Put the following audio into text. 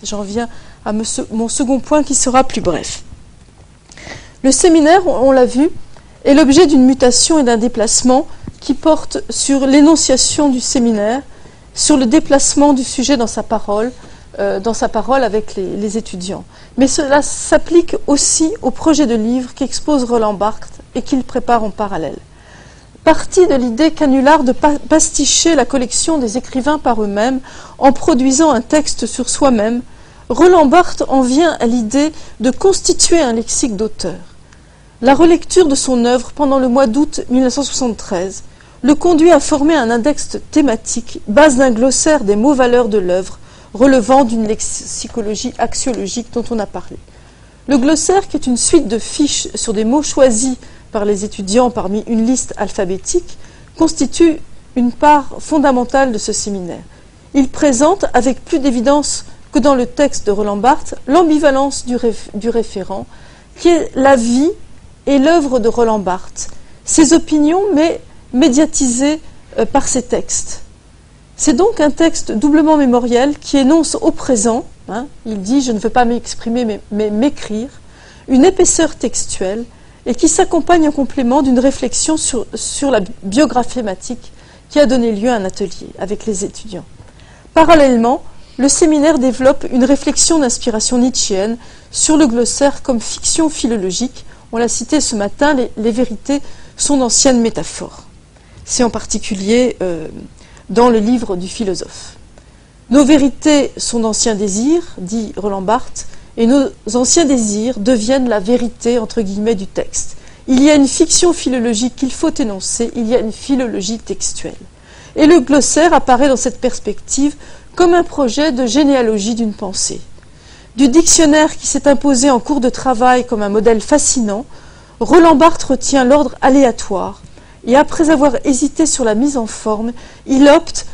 J'en viens à mon second point qui sera plus bref. Le séminaire, on l'a vu, est l'objet d'une mutation et d'un déplacement qui porte sur l'énonciation du séminaire, sur le déplacement du sujet dans sa parole avec les étudiants. Mais cela s'applique aussi au projet de livre qu'expose Roland Barthes et qu'il prépare en parallèle. Parti de l'idée canular de pasticher la collection des écrivains par eux-mêmes en produisant un texte sur soi-même, Roland Barthes en vient à l'idée de constituer un lexique d'auteur. La relecture de son œuvre pendant le mois d'août 1973 le conduit à former un index thématique, base d'un glossaire des mots-valeurs de l'œuvre, relevant d'une lexicologie axiologique dont on a parlé. Le glossaire, qui est une suite de fiches sur des mots choisis par les étudiants parmi une liste alphabétique, constitue une part fondamentale de ce séminaire. Il présente, avec plus d'évidence que dans le texte de Roland Barthes, l'ambivalence du référent, qui est la vie et l'œuvre de Roland Barthes, ses opinions, mais médiatisées par ses textes. C'est donc un texte doublement mémoriel qui énonce au présent, il dit « je ne veux pas m'exprimer mais m'écrire », une épaisseur textuelle et qui s'accompagne en complément d'une réflexion sur la biographie thématique qui a donné lieu à un atelier avec les étudiants. Parallèlement, le séminaire développe une réflexion d'inspiration nietzschéenne sur le glossaire comme fiction philologique. On l'a cité ce matin, les vérités sont d'anciennes métaphores. C'est en particulier dans le livre du philosophe. Nos vérités sont d'anciens désirs, dit Roland Barthes, et nos anciens désirs deviennent la vérité, entre guillemets, du texte. Il y a une fiction philologique qu'il faut énoncer, il y a une philologie textuelle. Et le glossaire apparaît dans cette perspective comme un projet de généalogie d'une pensée. Du dictionnaire qui s'est imposé en cours de travail comme un modèle fascinant, Roland Barthes retient l'ordre aléatoire, et après avoir hésité sur la mise en forme, il opte